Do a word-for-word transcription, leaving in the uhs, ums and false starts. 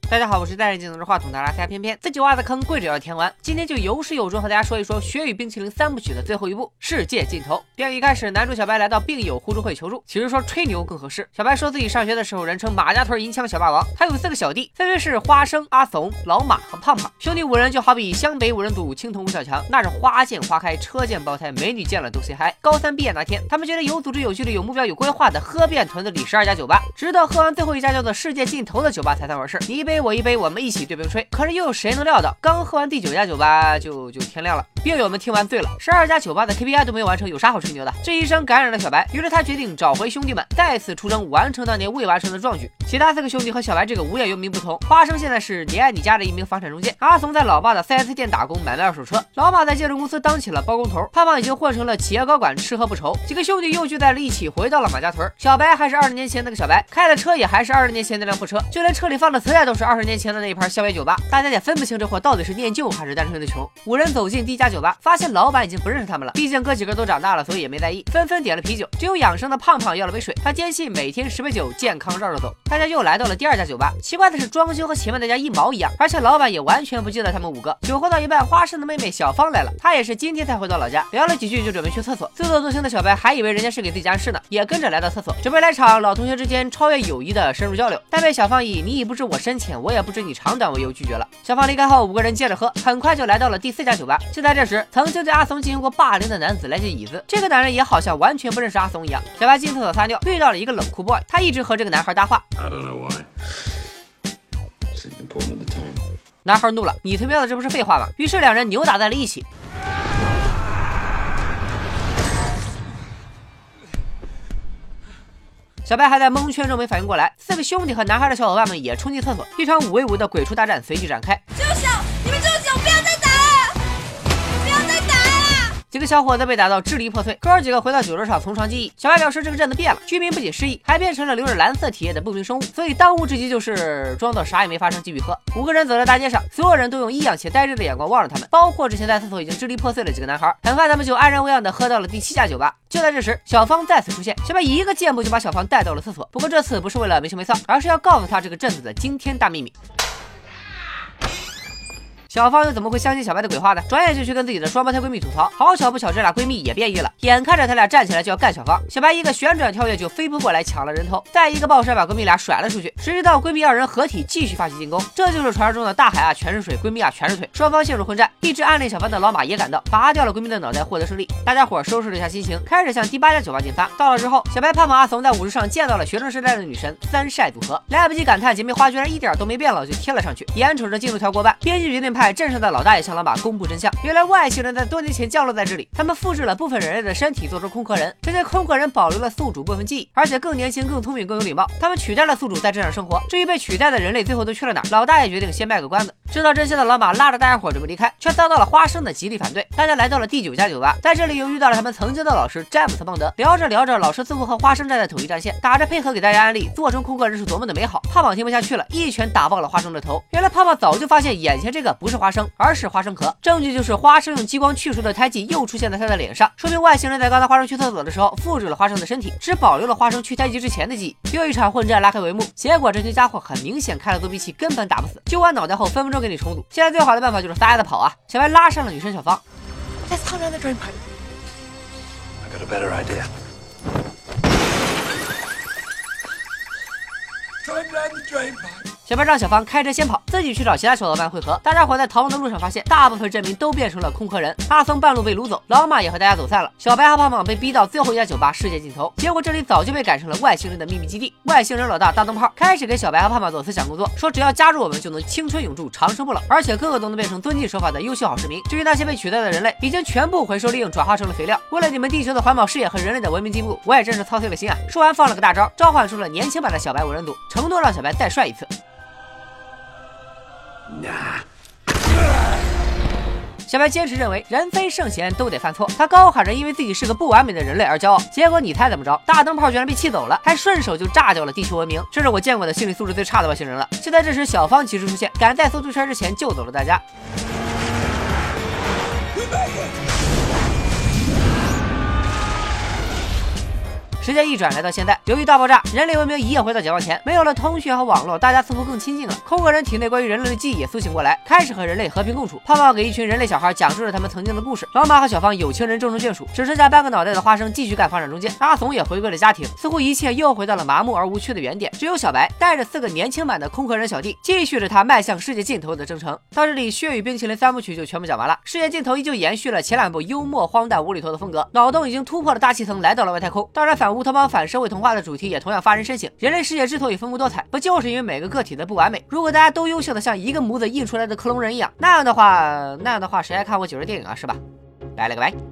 大家好，我是戴着镜头的话筒的阿拉斯加偏偏，自己挖的坑跪着要填完。今天就有始有终和大家说一说《雪与冰淇淋》三部曲的最后一部《世界尽头》。电影一开始，男主小白来到病友互助会求助，其实说吹牛更合适。小白说自己上学的时候人称马家屯银枪小霸王，还有四个小弟，分别是花生、阿怂、老马和胖胖。兄弟五人就好比湘北五人组，青铜吴小强，那是花见花开，车见爆胎，美女见了都 say hi。高三毕业那天，他们觉得有组织、有纪律、有目标、有规划的喝遍屯子里十二家酒吧，直到喝完最后一家叫做世界尽头的酒吧才算完事。你一杯我一杯，我们一起对冰吹。可是又有谁能料到，刚喝完第九家酒吧就就天亮了。病友们听完醉了，十二家酒吧的 K P I 都没有完成，有啥好吹牛的？这一声感染了小白，于是他决定找回兄弟们，再次出征，完成当年未完成的壮举。其他四个兄弟和小白这个无业游民不同，花生现在是你爱你家的一名房产中介，阿怂在老爸的 四 S 店打工买卖二手车，老马在建筑公司当起了包工头，胖胖已经混成了企业高管，吃喝不愁。几个兄弟又聚在了一起，回到了马家屯。小白还是二十年前那个小白，开的车也还是二十年前那辆破车，就连车里放的磁带都是二十年前的那一盘校园酒吧。大家也分不清这货到底是念旧还是单纯的穷。五人走进第一家酒吧，发现老板已经不认识他们了，毕竟哥几个都长大了，所以也没在意，纷纷点了啤酒。只有养生的胖胖要了杯水，他坚信每天十杯酒，健康绕着走。大家又来到了第二家酒吧，奇怪的是装修和前面那家一毛一样，而且老板也完全不记得他们五个。酒喝到一半，花生的妹妹小芳来了，她也是今天才回到老家，聊了几句就准备去厕所。自作多情的小白还以为人家是给自己暗示呢，也跟着来到厕所，准备来场老同学之间超越友谊的深入交流，但被小芳以你已不知我深浅，我也不知你长短为由拒绝了。小芳离开后，五个人接着喝，很快就来到了第四家酒吧。就在这时，曾经对阿怂进行过霸凌的男子来借椅子，这个男人也好像完全不认识阿怂一样。小白进厕所撒尿，遇到了一个冷酷 boy， 他一直和这个男孩搭话。男孩怒了，你他喵的这不是废话吗？于是两人扭打在了一起。小白还在蒙圈中没反应过来，四个兄弟和男孩的小伙伴们也冲进厕所，一场五 v 五的鬼畜大战随即展开。 住手！你们住手！不要再打了！不要再打了！ 几个小伙子被打到支离破碎，哥儿几个回到酒桌上从长计议。小白表示这个镇子变了，居民不仅失忆，还变成了流着蓝色体液的不明生物，所以当务之急就是装作啥也没发生继续喝。五个人走在大街上，所有人都用异样且呆滞的眼光望着他们，包括之前在厕所已经支离破碎的几个男孩。很快他们就安然无恙的喝到了第七家酒吧。就在这时，小芳再次出现，小白一个箭步就把小芳带到了厕所。不过这次不是为了没羞没臊，而是要告诉他这个镇子的惊天大秘密。小芳又怎么会相信小白的鬼话呢？转眼就去跟自己的双胞胎闺蜜吐槽，好巧不巧，这俩闺蜜也变异了。眼看着他俩站起来就要干小芳，小白一个旋转跳跃就飞扑过来抢了人头，再一个爆摔把闺蜜俩甩了出去。谁知道闺蜜二人合体继续发起进攻，这就是传说中的大海啊全是水，闺蜜啊全是腿。双方陷入混战，一直暗恋小芳的老马也赶到，拔掉了闺蜜的脑袋，获得胜利。大家伙收拾了一下心情，开始向第八家酒吧进发。到了之后，小白、胖胖、阿怂在舞池上见到了学生时代的女神三晒组合，来不及感叹姐妹花居然一点都没变老，就贴了上去。眼瞅着进度条过半，编辑决定派镇上的老大爷向老马公布真相。原来外星人在多年前降落在这里，他们复制了部分人类的身体，做出空壳人。这些空壳人保留了宿主部分记忆，而且更年轻、更聪明、更有礼貌。他们取代了宿主在镇上生活。至于被取代的人类最后都去了哪儿，老大爷决定先卖个关子。知道真相的老马拉着大家伙准备离开，却遭到了花生的极力反对。大家来到了第九家酒吧，在这里又遇到了他们曾经的老师詹姆斯·邦德。聊着聊着，老师似乎和花生站在统一战线，打着配合给大家安利做成空壳人是多么的美好。胖胖听不下去了，一拳打爆了花生的头。原来胖胖早就发现眼前这个不是花生，而是花生壳。证据就是花生用激光去除的胎记又出现在他的脸上，说明外星人在刚才花生去厕所的时候复制了花生的身体，只保留了花生去胎记之前的记忆。又一场混战拉开帷幕，结果这群家伙很明显开了作弊器，根本打不死，揪完脑袋后分分钟给你重组。现在最好的办法就是撒丫子跑啊！小白拉上了女生小芳。 Let's climb down the drain pipe. I got a better idea. Climb down the drain pipe. 小白让小芳开车先跑，自己去找其他小伙伴汇合。大家伙在逃亡的路上发现，大部分镇民都变成了空壳人。阿松半路被掳走，老马也和大家走散了。小白和胖胖被逼到最后一家酒吧世界尽头，结果这里早就被改成了外星人的秘密基地。外星人老大大灯泡开始给小白和胖胖做思想工作，说只要加入我们就能青春永驻、长生不老，而且个个都能变成遵纪守法的优秀好市民。至于那些被取代的人类，已经全部回收利用，转化成了肥料。为了你们地球的环保事业和人类的文明进步，我也真是操碎了心啊！说完放了个大招，召唤出了年轻版的小白五人组，承诺让小白再帅一次。小白坚持认为人非圣贤都得犯错，他高喊着因为自己是个不完美的人类而骄傲。结果你猜怎么着？大灯泡居然被气走了，还顺手就炸掉了地球文明，这是我见过的心理素质最差的外星人了。就在这时，小芳及时出现，赶在搜救圈之前救走了大家。 时间一转来到现在，由于大爆炸，人类文明一夜回到解放前，没有了通讯和网络，大家似乎更亲近了。空壳人体内关于人类的记忆也苏醒过来，开始和人类和平共处。胖胖给一群人类小孩讲述了他们曾经的故事。老马和小芳有情人终成眷属，只剩下半个脑袋的花生继续干房产中介。阿怂也回归了家庭，似乎一切又回到了麻木而无趣的原点。只有小白带着四个年轻版的空壳人小弟，继续着他迈向世界尽头的征程。到这里，《血与冰淇淋》三部曲就全部讲完了。世界尽头依旧延续了前两部幽默、荒诞、无厘头的风格。脑洞已经突破了大气层，来到了外太空。当然，反乌托邦、反社会童话的主题也同样发人深省。人类世界之所以丰富多彩，不就是因为每个个体的不完美？如果大家都优秀的像一个模子印出来的克隆人一样，那样的话，那样的话，谁还看我九十电影啊？是吧？拜了个拜。